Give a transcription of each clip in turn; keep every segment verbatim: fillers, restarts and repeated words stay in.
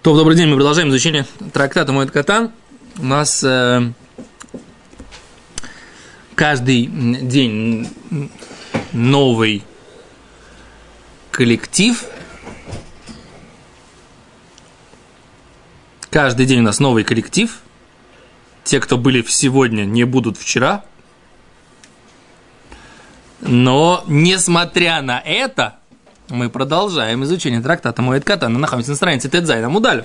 То, добрый день, мы продолжаем изучение трактата Моэд Катан. У нас э, каждый день новый коллектив. Каждый день у нас новый коллектив. Те, кто были сегодня, не будут вчера. Но, несмотря на это, мы продолжаем изучение трактата Моэд Катан. Мы находимся на странице Тедзайн Амуд-Алеф.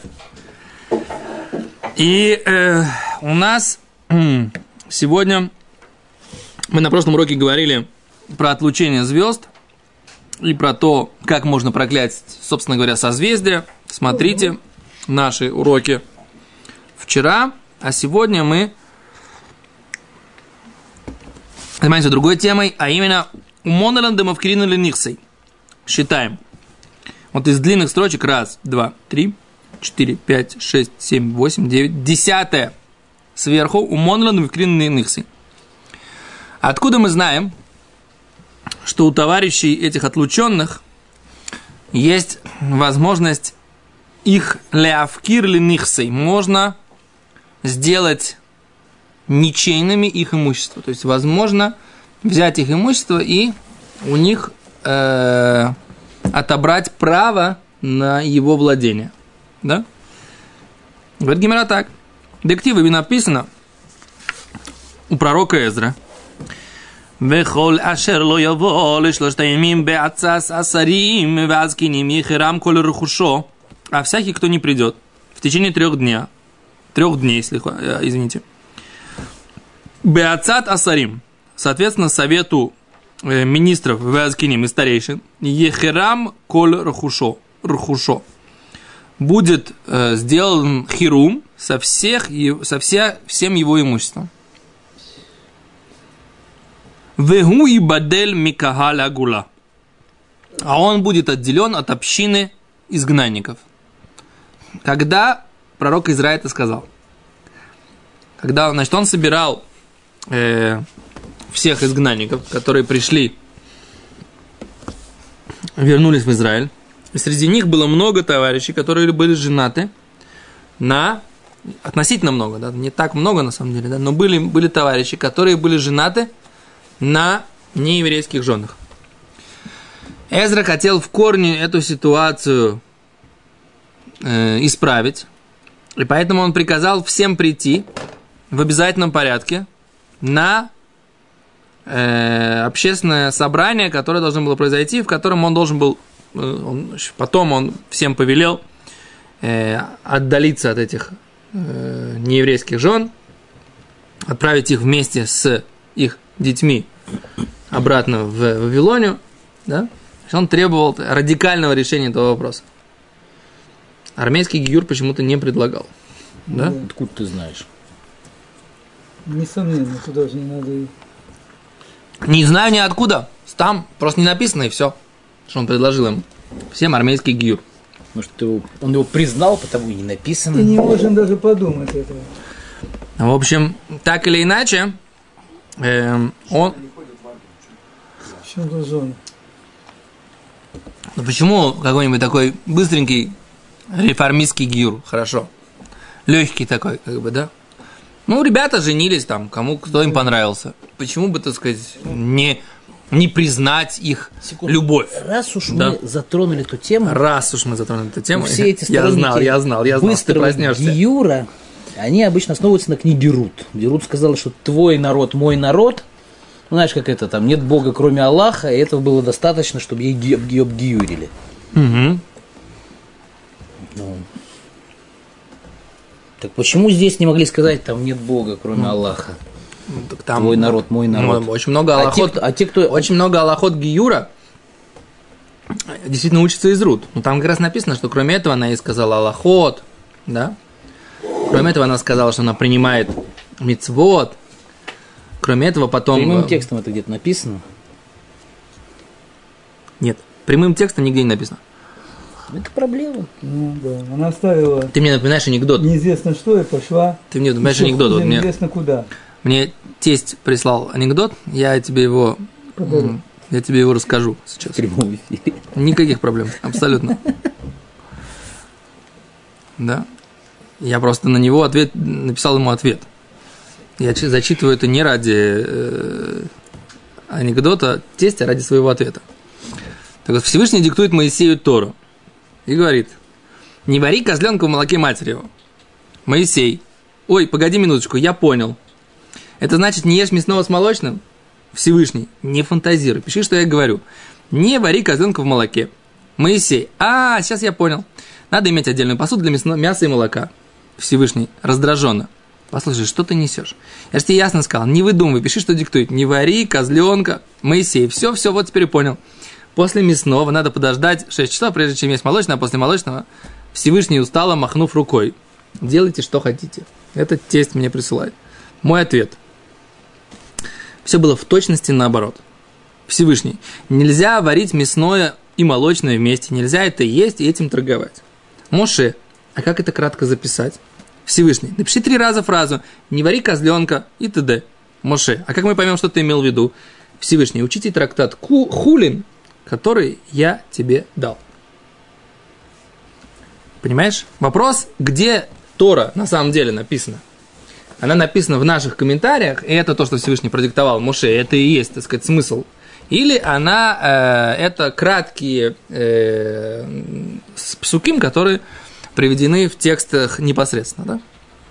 И э, у нас э, сегодня мы на прошлом уроке говорили про отлучение звезд и про то, как можно проклясть, собственно говоря, созвездия. Смотрите наши уроки вчера, а сегодня мы занимаемся другой темой, а именно «Умонеландем авкирину ленихсей». Считаем. Вот из длинных строчек раз, два, три, четыре, пять, шесть, семь, восемь, девять, десятое сверху «Умонеландем авкирину ленихсей». Откуда мы знаем, что у товарищей этих отлученных есть возможность их леавкир ленихсей, можно сделать ничейными их имущество. То есть, возможно, взять их имущество и у них э, отобрать право на его владение. Да? Говорит Гемара так. В дективе написано у пророка Эзра: «Вехол ашер ло яво лешлошта ямим беацас асарим веазкиним ехерам коль рухушо». А всякий, кто не придет в течение трех дней, трех дней, если, извините, беацат асарим, соответственно, совету э, министров веазкиним и старейшин, ехерам коль рухушо, рухушо, будет э, сделан хирум со, всех, со вся, всем его имуществом. Вегу и бадель микахаль агула. А он будет отделен от общины изгнанников. Когда пророк Израиль это сказал? Когда, значит, он собирал э, всех изгнанников, которые пришли, вернулись в Израиль. И среди них было много товарищей, которые были женаты на... Относительно много, да, не так много на самом деле, да, но были, были товарищи, которые были женаты на нееврейских женах. Эзра хотел в корне эту ситуацию э, исправить, и поэтому он приказал всем прийти в обязательном порядке на э, общественное собрание, которое должно было произойти, в котором он должен был, э, он, потом он всем повелел э, отдалиться от этих э, нееврейских жен, отправить их вместе с их детьми обратно в Вавилонию, да? Он требовал радикального решения этого вопроса. Армейский гиюр почему-то не предлагал. Да? Ну, откуда ты знаешь? Несомненно, туда же не надо... Не знаю ни откуда. Там просто не написано, и все, что он предложил им. Всем армейский гиюр. Может, его, он его признал, потому и не написано. И не можем даже подумать этого. В общем, так или иначе, э, он... В чем тут зона? Ну почему какой-нибудь такой быстренький реформистский гиюр? Хорошо. Легкий такой, как бы, да? Ну, ребята женились там, кому кто им понравился. Почему бы, так сказать, не, не признать их Секунду. любовь? Раз уж да? мы затронули эту тему. Раз уж мы затронули эту тему. Все эти я знал, я знал, я знал, что ты проснешься. гиюра, они обычно основываются на книге Рут. Где Рут сказала, что твой народ, мой народ. Ну, знаешь, как это там, нет Бога, кроме Аллаха, и этого было достаточно, чтобы ее обгиюрили. Угу. Ну. Так почему здесь не могли сказать, там нет Бога, кроме ну, Аллаха? Ну, так там твой народ, мой народ. Очень много аллахот, а те, а те, кто... очень много аллахот гиюра действительно учатся из Рут. Но там как раз написано, что кроме этого она ей сказала аллахот, да? Кроме этого она сказала, что она принимает мицвот. Кроме этого, потом... Прямым текстом это где-то написано? Нет, прямым текстом нигде не написано. Это проблема. Ну, да. Она оставила... Ты мне напоминаешь анекдот. Неизвестно что и пошла... Ты мне напоминаешь анекдот. Вот неизвестно мне, куда. Мне тесть прислал анекдот, я тебе его... Подарю. Я тебе его расскажу сейчас. В прямом эфире. Никаких проблем, абсолютно. да? Я просто на него ответ, написал ему ответ. Я зачитываю это не ради э, анекдота тестя, а ради своего ответа. Так вот, Всевышний диктует Моисею Тору и говорит: не вари козленка в молоке матери его. Моисей: ой, погоди минуточку, я понял. Это значит, не ешь мясного с молочным? Всевышний: не фантазируй, пиши, что я говорю. Не вари козленка в молоке. Моисей: а, сейчас я понял. Надо иметь отдельную посуду для мясо, мяса и молока. Всевышний раздраженно: послушай, что ты несешь? Я же тебе ясно сказал, не выдумывай, пиши, что диктует. Не вари козленка. Моисей: все, все, вот теперь понял. После мясного надо подождать шесть часов, прежде чем есть молочное, а после молочного Всевышний устало, махнув рукой: делайте, что хотите. Этот тесть мне присылает. Мой ответ: все было в точности наоборот. Всевышний: нельзя варить мясное и молочное вместе, нельзя это есть и этим торговать. Моше: а как это кратко записать? Всевышний: напиши три раза фразу «не вари козленка» и т.д. Моше: а как мы поймем, что ты имел в виду? Всевышний: учите трактат Хулин, который я тебе дал. Понимаешь? Вопрос, где Тора на самом деле написана. Она написана в наших комментариях, и это то, что Всевышний продиктовал Моше, это и есть, так сказать, смысл. Или она, э, это краткие э, псуким, которые приведены в текстах непосредственно, да?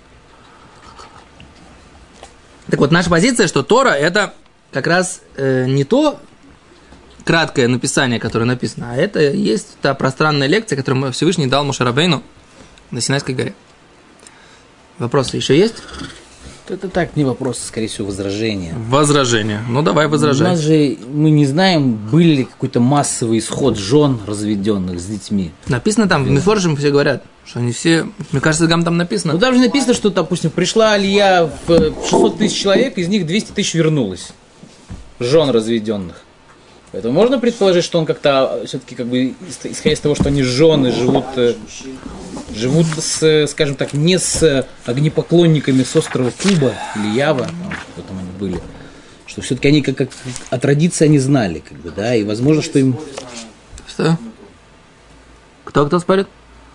Так вот, наша позиция, что Тора это как раз э, не то краткое написание, которое написано, а это есть та пространная лекция, которую Всевышний дал Моше Рабейну на Синайской горе. Вопросы еще есть? Это так, не вопрос, скорее всего, возражение. Возражение. Ну, давай возражай. У нас же, мы не знаем, был ли какой-то массовый исход жен разведенных с детьми. Написано там, в Мефоршем все говорят, что они все, мне кажется, там, там написано. Ну, там же написано, что, допустим, пришла алия в шестьсот тысяч человек, из них двести тысяч вернулось. Жен разведенных. Поэтому можно предположить, что он как-то, все-таки, как бы, исходя из того, что они жены, живут, живут с, скажем так, не с огнепоклонниками с острова Куба или Ява, там, кто там они были, что все-таки они как, как о традиции они знали, как бы, да, и возможно, что им... Что? Кто-кто спорит?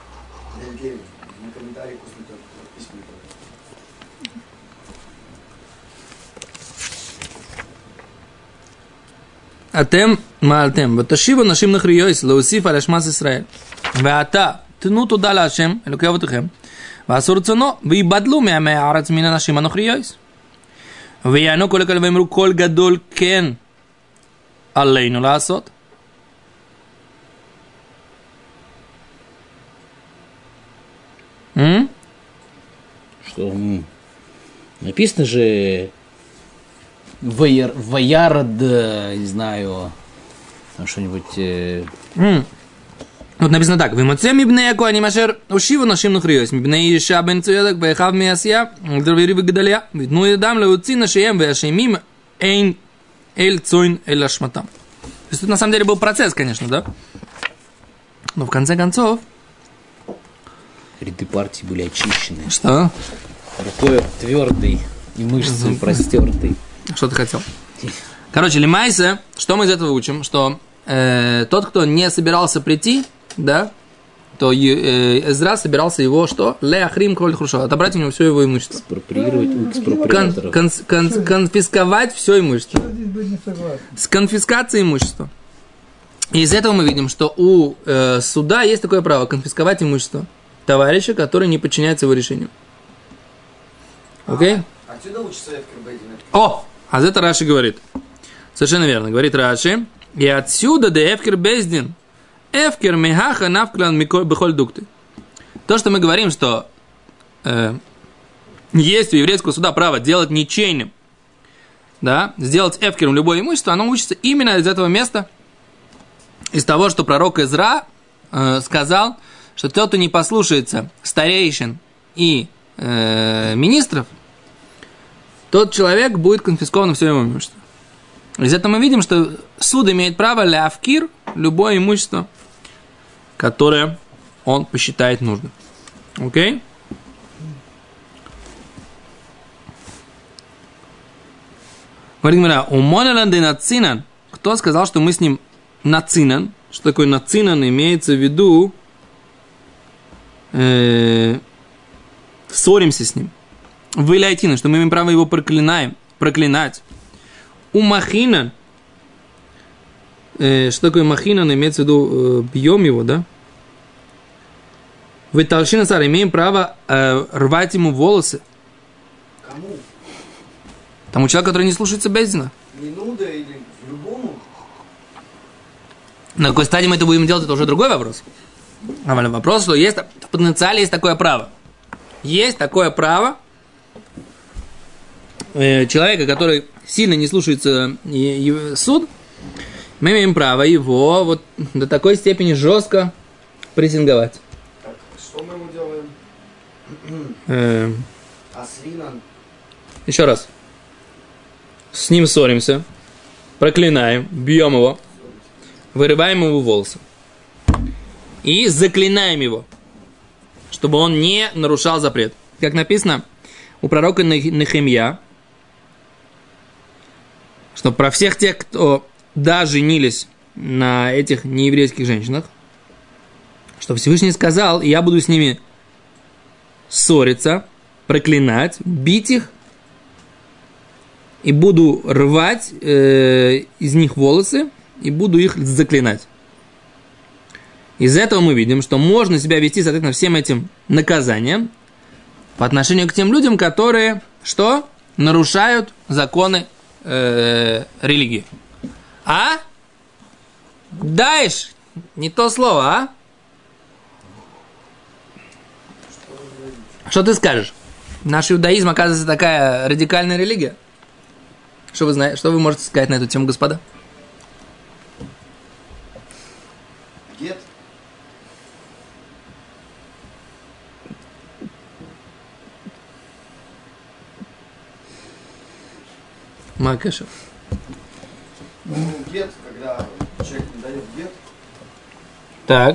אתם מעלתם, ותשיבו נשים נכריועס להוסיף על השמס ישראל. ועתה תנו תודה להשם, אלוקי אבותיכם, ועשו רצונו, ויבדלו מעמי הארץ מן הנשים הנכריועס. ויענו כל הקהל ואמרו קול גדול כן עלינו לעשות. Что написано же Ваяр, Ваярд, не знаю, там что-нибудь... Э... Mm. Вот написано так. «Вимоцем ибней акуани машер ушиву нашим нухриос, мибней иша бен цуядак, ваяхав миясия, дровери выгадалия, видну едам леуци нашием, ваяшемим, эйн эль цойн эль ашматам». То есть тут на самом деле был процесс, конечно, да? Но в конце концов... Ряды партии были очищены. Что? Рукой твердой и мышцей простертой. Что ты хотел? Короче, лимайса, что мы из этого учим? Что э, тот, кто не собирался прийти, да, то э, Эзра собирался его что? Леахрим коль хрушо, отобрать у него все его имущество. Экспроприировать у экспроприаторов. Кон, кон, кон, конфисковать все имущество. Здесь быть не согласен. С конфискацией имущества. И из этого мы видим, что у э, суда есть такое право конфисковать имущество товарища, который не подчиняется его решению. Окей? Okay? А, отсюда учится Эфкер Бейдин. О! А это Раши говорит. Совершенно верно. Говорит Раши. И отсюда де Эфкер Бейдин. Эфкер мегаха навклан бихоль дукты. То, что мы говорим, что э, есть у еврейского суда право делать ничейным, да, сделать эфкером любое имущество, оно учится именно из этого места, из того, что пророк Эзра э, сказал, что тот, кто не послушается старейшин и э, министров, тот человек будет конфисковано все его имущество. Из этого мы видим, что суд имеет право ляфкир любое имущество, которое он посчитает нужным. Окей? Говорит Гмара, у Монеланды нацинан. Кто сказал, что мы с ним нацинан? Что такое нацинан? Имеется в виду э, ссоримся с ним. Вылайтина, что мы имеем право его проклинаем, проклинать. У махина, э, что такое махина, имеется в виду, э, бьем его, да? Вы толщина царя, имеем право э, рвать ему волосы. Кому? Тому человеку, который не слушается Бейдина. Минуда или любому? На какой стадии мы это будем делать, это уже другой вопрос. А вопрос, что есть, в потенциале есть такое право. Есть такое право э, человека, который сильно не слушается э, э, суд, мы имеем право его вот до такой степени жестко прессинговать. Так, что мы ему делаем? Э, Аслинан. еще раз. С ним ссоримся, проклинаем, бьем его, вырываем его волосы и заклинаем его, чтобы он не нарушал запрет. Как написано у пророка Нехемия, что про всех тех, кто да, женились на этих нееврейских женщинах, что Всевышний сказал, и я буду с ними ссориться, проклинать, бить их, и буду рвать э, из них волосы, и буду их заклинать. Из этого мы видим, что можно себя вести, соответственно, всем этим наказанием по отношению к тем людям, которые, что? Нарушают законы э, религии. А? Даешь? Не то слово, а? Что ты скажешь? Наш иудаизм, оказывается, такая радикальная религия. Что вы знаете, что вы можете сказать на эту тему, господа? Гет. Макаша. Ну, гет, когда человек не дает гет, Так.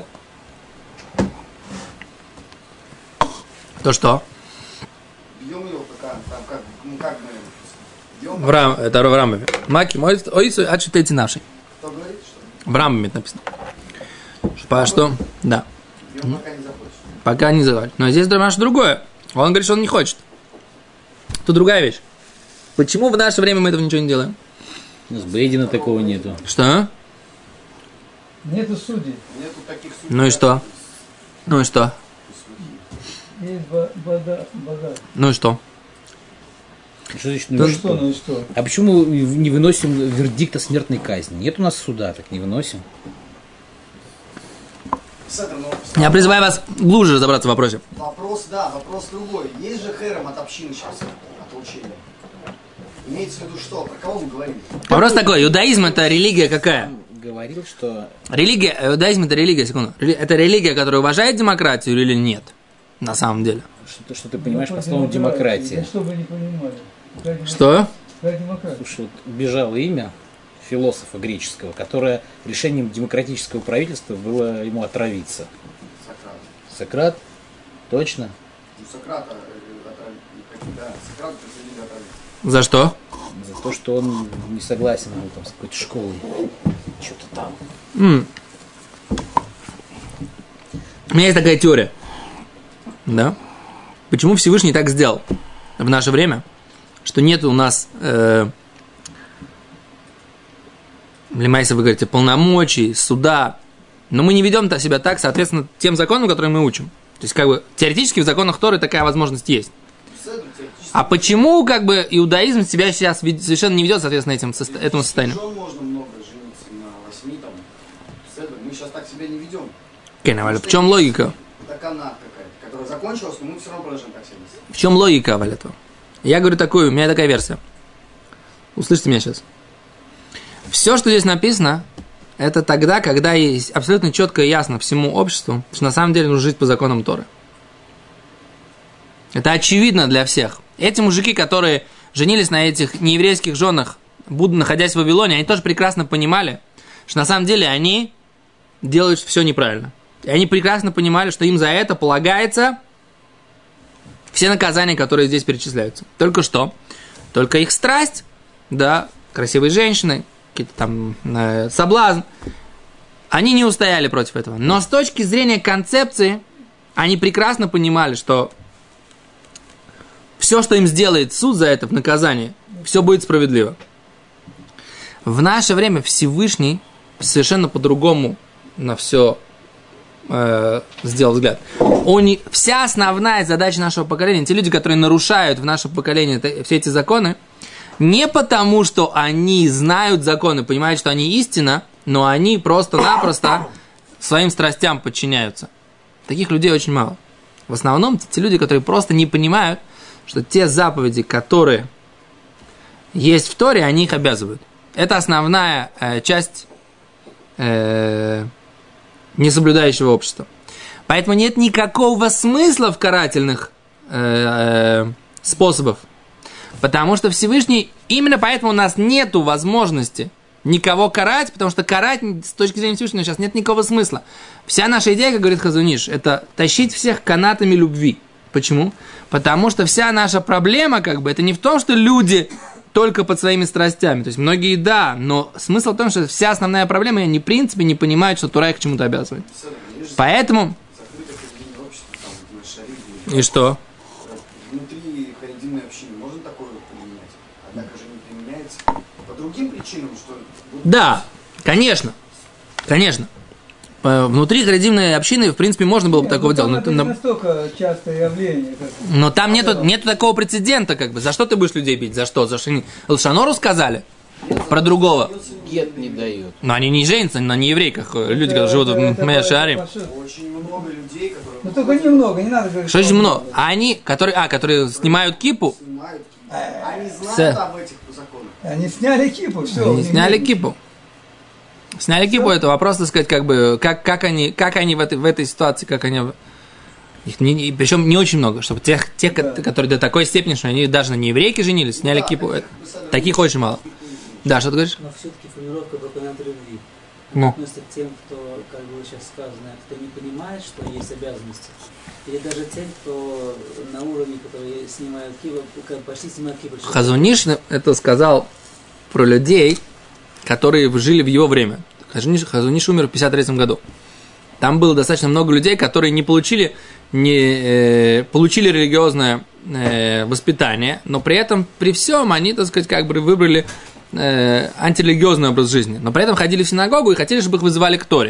То что? бьем его, пока, там, как, ну, как мы бьем. В рам, это в Рамбаме. Маки, мой, ой, а что эти наши? Кто говорит, что В Рамбаме написано. По что? Да. бьем, пока не захочет. Пока не завалит. Но здесь наше другое. Он говорит, что он не хочет. Тут другая вещь. Почему в наше время мы этого ничего не делаем? С Бейдина такого нету. Что? Нету судей. Нету таких судей. Ну и что? Ну и что? Есть ба- бада, бада. Ну и что? Что значит, Ну ну, что, ну и что? А почему мы не выносим вердикт о смертной казни? Нет у нас суда, так не выносим. Седр, ну, Я призываю вас глубже разобраться в вопросе. вопрос, да, вопрос другой. Есть же херем от общины сейчас, от учения. Имеется в виду что? Про кого мы говорим? Вопрос такой. Иудаизм это религия какая? Говорил, что Религия, иудаизм это религия, секунду. Рели- Это религия, которая уважает демократию или нет? На самом деле. что, что ты понимаешь по слову демократия. Да что вы не понимали? Какая демократия? Что? Какая демократия? Слушай, вот бежало имя философа греческого, которое решением демократического правительства было ему отравиться. Сократ. Сократ? Точно? Ну, Сократа, э, отравили. Да, Сократа присудили отравить. За что? За то, что он не согласен был там с какой-то школой. Что-то там. М. У меня есть такая теория. Да? Почему Всевышний так сделал в наше время, что нет у нас, э, Лимайса, вы говорите, полномочий, суда, но мы не ведем себя так, соответственно, тем законам, которые мы учим. То есть, как бы, теоретически в законах Торы такая возможность есть. Седр теоретически. А почему, как бы, иудаизм себя сейчас вед- совершенно не ведет, соответственно, этим, состо- этому состоянию? Жен можно много жениться на восьми там. Седр. Мы сейчас так себя не ведем. Окей, Аваль, в чем логика? Это канат какая-то, которая закончилась, но мы все равно продолжаем так себя вести. В чем логика, Аваль, этого? Я говорю такую, у меня такая версия. Услышьте меня сейчас. Все, что здесь написано, это тогда, когда есть абсолютно четко и ясно всему обществу, что на самом деле нужно жить по законам Торы. Это очевидно для всех. Эти мужики, которые женились на этих нееврейских женах, будут находясь в Вавилоне, они тоже прекрасно понимали, что на самом деле они делают все неправильно. И они прекрасно понимали, что им за это полагается все наказания, которые здесь перечисляются. Только что? Только их страсть, да, красивые женщины, какие-то там э, соблазн, они не устояли против этого. Но с точки зрения концепции, они прекрасно понимали, что все, что им сделает суд за это в наказании, все будет справедливо. В наше время Всевышний совершенно по-другому на все э, сделал взгляд. Он, вся основная задача нашего поколения, те люди, которые нарушают в нашем поколении это, все эти законы, не потому, что они знают законы, понимают, что они истина, но они просто-напросто своим страстям подчиняются. Таких людей очень мало. В основном те люди, которые просто не понимают, что те заповеди, которые есть в Торе, они их обязывают. Это основная э, часть э, несоблюдающего общества. Поэтому нет никакого смысла в карательных э, э, способах. Потому что Всевышний, именно поэтому у нас нету возможности никого карать, потому что карать с точки зрения Всевышнего сейчас нет никакого смысла. Вся наша идея, как говорит Хазон Иш, это тащить всех канатами любви. Почему? Потому что вся наша проблема, как бы, это не в том, что люди только под своими страстями. То есть многие да, но смысл в том, что вся основная проблема, они в принципе не понимают, что Тура их к чему-то обязывает. Поэтому... И что? Внутри харидимной общины можно такое применять? Однако же не применяется по другим причинам, что... Да, конечно. Конечно. Внутри харидимной общины, в принципе, можно было бы Нет, такого делать. Это Но, не настолько частое явление. Как... но там нету, нету такого прецедента, как бы. За что ты будешь людей бить? За что? За что они Лшанору сказали? Про другого. Гет не дают. Но они не женятся на нееврейках. Люди, которые живут в Мея-Шааре. Очень много людей, которые... Ну только немного, не надо говорить. Что очень много? А они, которые, а, которые снимают кипу, Снимают кипу. Они знают Все. об этих законах. Они сняли кипу, все. они сняли кипу. Сняли кипу, это вопрос, так сказать, как бы, как, как они, как они в этой, в этой ситуации, как они... Их не, не, причем не очень много, чтобы тех, тех да. которые до такой степени, что они даже на нееврейке женились, сняли да, кипу. Это, таких очень мало. Да, что ты говоришь? Но все-таки формулировка баканат любви. Ну. Относится к тем, кто, как было сейчас сказано, кто не понимает, что есть обязанности. Или даже тем, кто на уровне, которые снимают кипу, почти снимают кипу. Хазон Иш это сказал про людей, которые жили в его время. Хазон Иш, Хазон Иш умер в пятьдесят третьем году. Там было достаточно много людей, которые не получили, не, э, получили религиозное э, воспитание, но при этом, при всем, они, так сказать, как бы выбрали э, антирелигиозный образ жизни. Но при этом ходили в синагогу и хотели, чтобы их вызывали к Торе.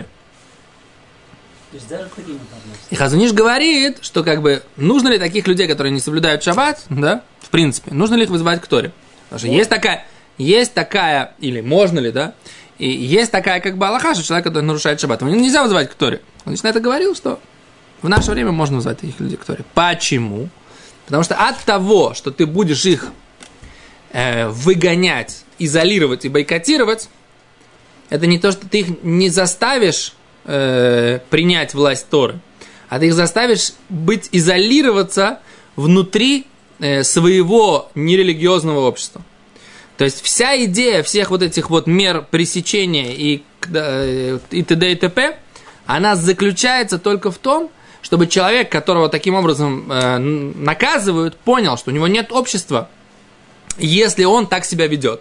То есть даже к таким относятся. И Хазон Иш говорит, что как бы нужно ли таких людей, которые не соблюдают шаббат, да, в принципе, нужно ли их вызывать к Торе? Потому что есть такая, есть такая, или можно ли, да, и есть такая как бы алаха, что человек, который нарушает шаббат, его нельзя вызывать к Торе. Он на это говорил, что в наше время можно вызывать таких людей к Торе. Почему? Потому что от того, что ты будешь их э, выгонять, изолировать и бойкотировать, это не то, что ты их не заставишь э, принять власть Торы, а ты их заставишь быть, изолироваться внутри э, своего нерелигиозного общества. То есть вся идея всех вот этих вот мер пресечения и, и т.д. и т.п., она заключается только в том, чтобы человек, которого таким образом э, наказывают, понял, что у него нет общества, если он так себя ведет.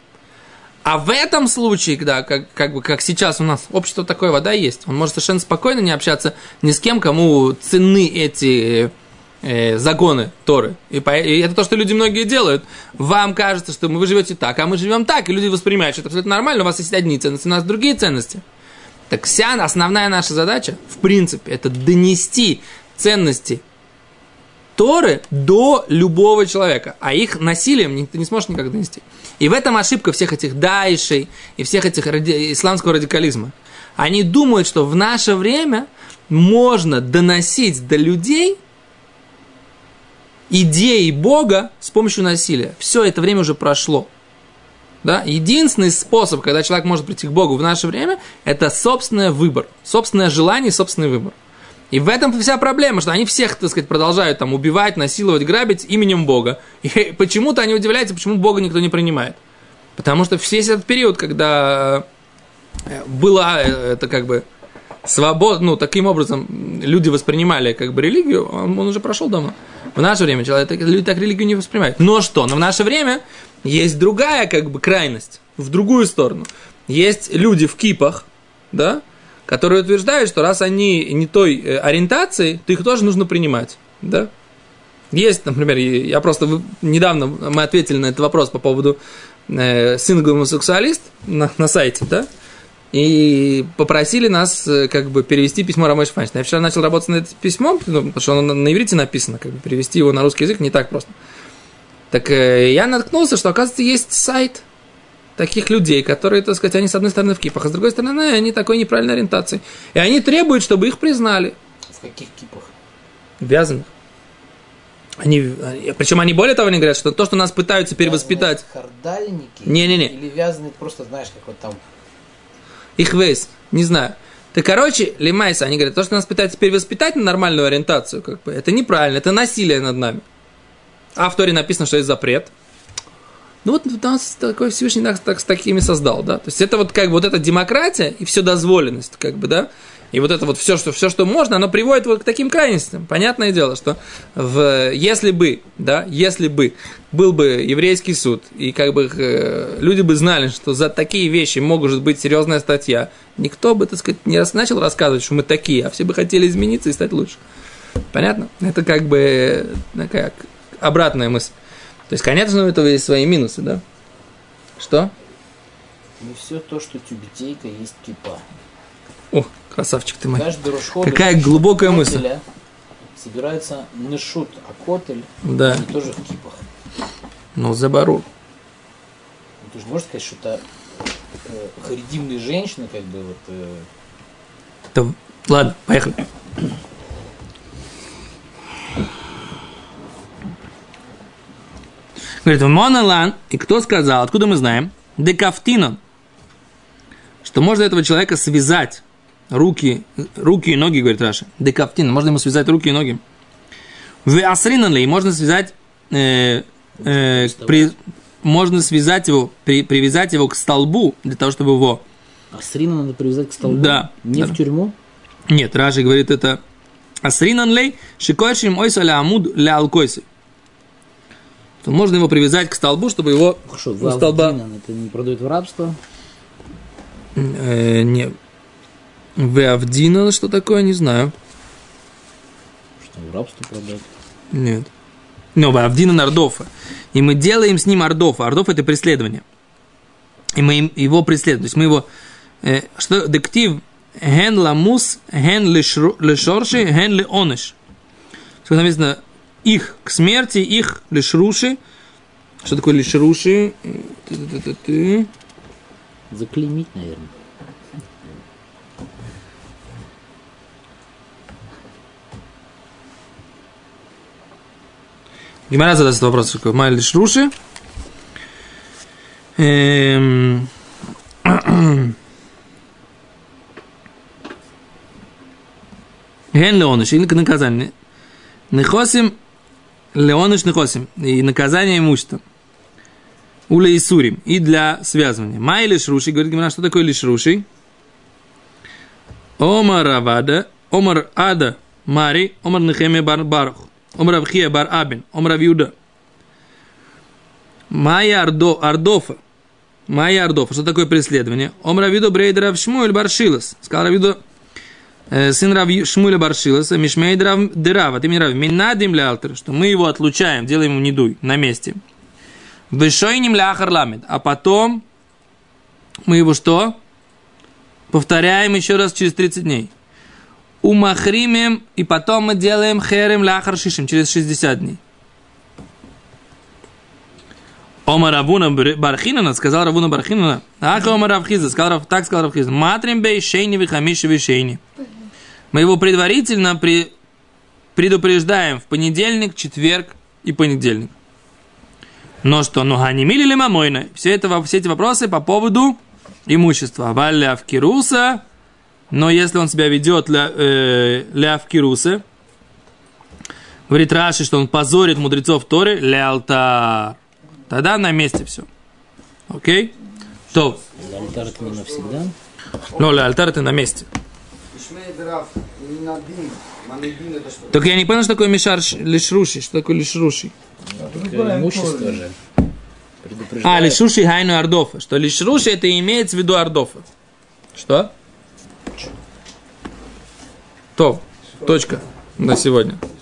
А в этом случае, когда, как, как, бы, как сейчас у нас общество такое, вода есть, он может совершенно спокойно не общаться ни с кем, кому ценны эти... законы Торы. И, по, и это то, что люди многие делают. Вам кажется, что вы живете так, а мы живем так, и люди воспринимают, что это абсолютно нормально, у вас есть одни ценности, у нас другие ценности. Так вся основная наша задача, в принципе, это донести ценности Торы до любого человека, а их насилием ты не сможешь никак донести. И в этом ошибка всех этих даишей и всех этих ради... исламского радикализма. Они думают, что в наше время можно доносить до людей идеи Бога с помощью насилия. Все это время уже прошло. Да? Единственный способ, когда человек может прийти к Богу в наше время, это собственный выбор. Собственное желание и собственный выбор. И в этом вся проблема, что они всех, так сказать, продолжают там убивать, насиловать, грабить именем Бога. И почему-то они удивляются, почему Бога никто не принимает. Потому что весь этот период, когда была это как бы свобода, ну, таким образом люди воспринимали как бы религию, он, он уже прошел давно. В наше время человек, люди так религию не воспринимают. Но что? Но в наше время есть другая как бы крайность, в другую сторону. Есть люди в кипах, да, которые утверждают, что раз они не той э, ориентации, то их тоже нужно принимать, да? Есть, например, я просто недавно мы ответили на этот вопрос по поводу э, сингл-гомосексуалист на, на сайте, да? И попросили нас э, как бы перевести письмо Рамой Шванчина. Я вчера начал работать над этим письмом, ну, потому что оно на, на иврите написано, как бы перевести его на русский язык не так просто. Так э, я наткнулся, что, оказывается, есть сайт таких людей, которые, так сказать, они с одной стороны в кипах, а с другой стороны они такой неправильной ориентации. И они требуют, чтобы их признали. В каких кипах? Вязаных. Они, причем они более того, они говорят, что то, что нас пытаются перевоспитать... Хардальники? Не-не-не. Или вязаные просто, знаешь, как вот там... Их вейс, не знаю. Так, короче, лимайса, они говорят, то, что нас пытаются перевоспитать на нормальную ориентацию, как бы, это неправильно, это насилие над нами. А в Торе написано, что есть запрет. Ну вот нас такой Всевышний нас так, с такими создал, да. То есть это вот как бы вот эта демократия и вседозволенность, как бы, да. И вот это вот все, что, все, что можно, оно приводит вот к таким крайностям. Понятное дело, что в, если бы, да, если бы был бы еврейский суд, и как бы э, люди бы знали, что за такие вещи может быть серьезная статья, никто бы, так сказать, не рас, начал рассказывать, что мы такие, а все бы хотели измениться и стать лучше. Понятно? Это как бы такая обратная мысль. То есть, конечно, у этого есть свои минусы, да? Что? Не все то, что тюбетейка, есть кипа. О, красавчик ты мой. Каждый Рош-ходыш, какая глубокая мысль. Собирается нешут, а котель, да. Они тоже в кипах. Ну, забору. Ну, ты же можешь сказать, что это э, харидимные женщины, как бы вот... Э... Да, ладно, поехали. Говорит, Монелан, и кто сказал, откуда мы знаем? Декафтинон, что можно этого человека связать руки, руки и ноги, говорит Раша. Декафтинон, можно ему связать руки и ноги. В асринан ли, можно связать, э, э, при, можно связать его, при, привязать его к столбу, для того, чтобы его... Асринан надо привязать к столбу? Да. Не да. В тюрьму? Нет, Раша говорит, это асринан ли, шикойшим ойса ля амуд ля алкойсы. Можно его привязать к столбу, чтобы его Хорошо, у столба... это не продают в рабство? Э, не. Веавдина, что такое, не знаю. Что, в рабство продать? Нет. Ну, Веавдина Нардофа. И мы делаем с ним Ардофа. Ардоф – это преследование. И мы его преследуем. То есть мы его... Э, что? Дектив ген ламус, ген лешорши, ген леонеш. Что написано... Их к смерти, их лишруши. Что такое лишруши? Заклеймить, наверное. Гемара задаст вопрос, какой май лишруши. Ген леоныш, или наказание. Нехосим Леоныш нехосим, и наказание имуществом. Уля и сурим, и для связывания. Май лишруши, говорит Гемара, что такое лишруши? Омар Авада, Омар Ада Мари, Омар Нехеме бар Барух, Омар Авхия бар Абин, Омар Авиуда. Майя Ардо, Ардофа, Майя Ардофа, что такое преследование? Омар Авиуда Брейдер Авшмуэль Баршилас, сказал Авиуда, сын Рав Шмуэля Баршиласа, Мишмей Дерава, ты мне Рав, Минадим Лялтер, что мы его отлучаем, делаем ему недуй на месте. Вышойним ляхар ламет, а потом мы его что? Повторяем еще раз через тридцать дней. Умахримем, и потом мы делаем херем ляхар шишим через шестьдесят дней. Омар Равуна Бархинана, сказал Равуна Бархинана, ах, Омар Равхиза, сказал, так сказал Равхиза, матрим бей шейни вихамиши вишейни. Мы его предварительно при, предупреждаем в понедельник, четверг и понедельник. Но что, ну ганимили ли мамойна? Все, это, все эти вопросы по поводу имущества. Валля в кируса, но если он себя ведет ля, э, ля в кируса, говорит Раши, что он позорит мудрецов Торы, ля алтар. Тогда на месте все. Окей? То. Ля алтар это не навсегда? Ну, ля алтар это на месте. Только я не понял, что такое мишар лишруши. Что такое лишруши? Имущество же. А, лишруши гайну ардофа. Что лишруши это имеется в виду ардофа. Что? То, точка на сегодня.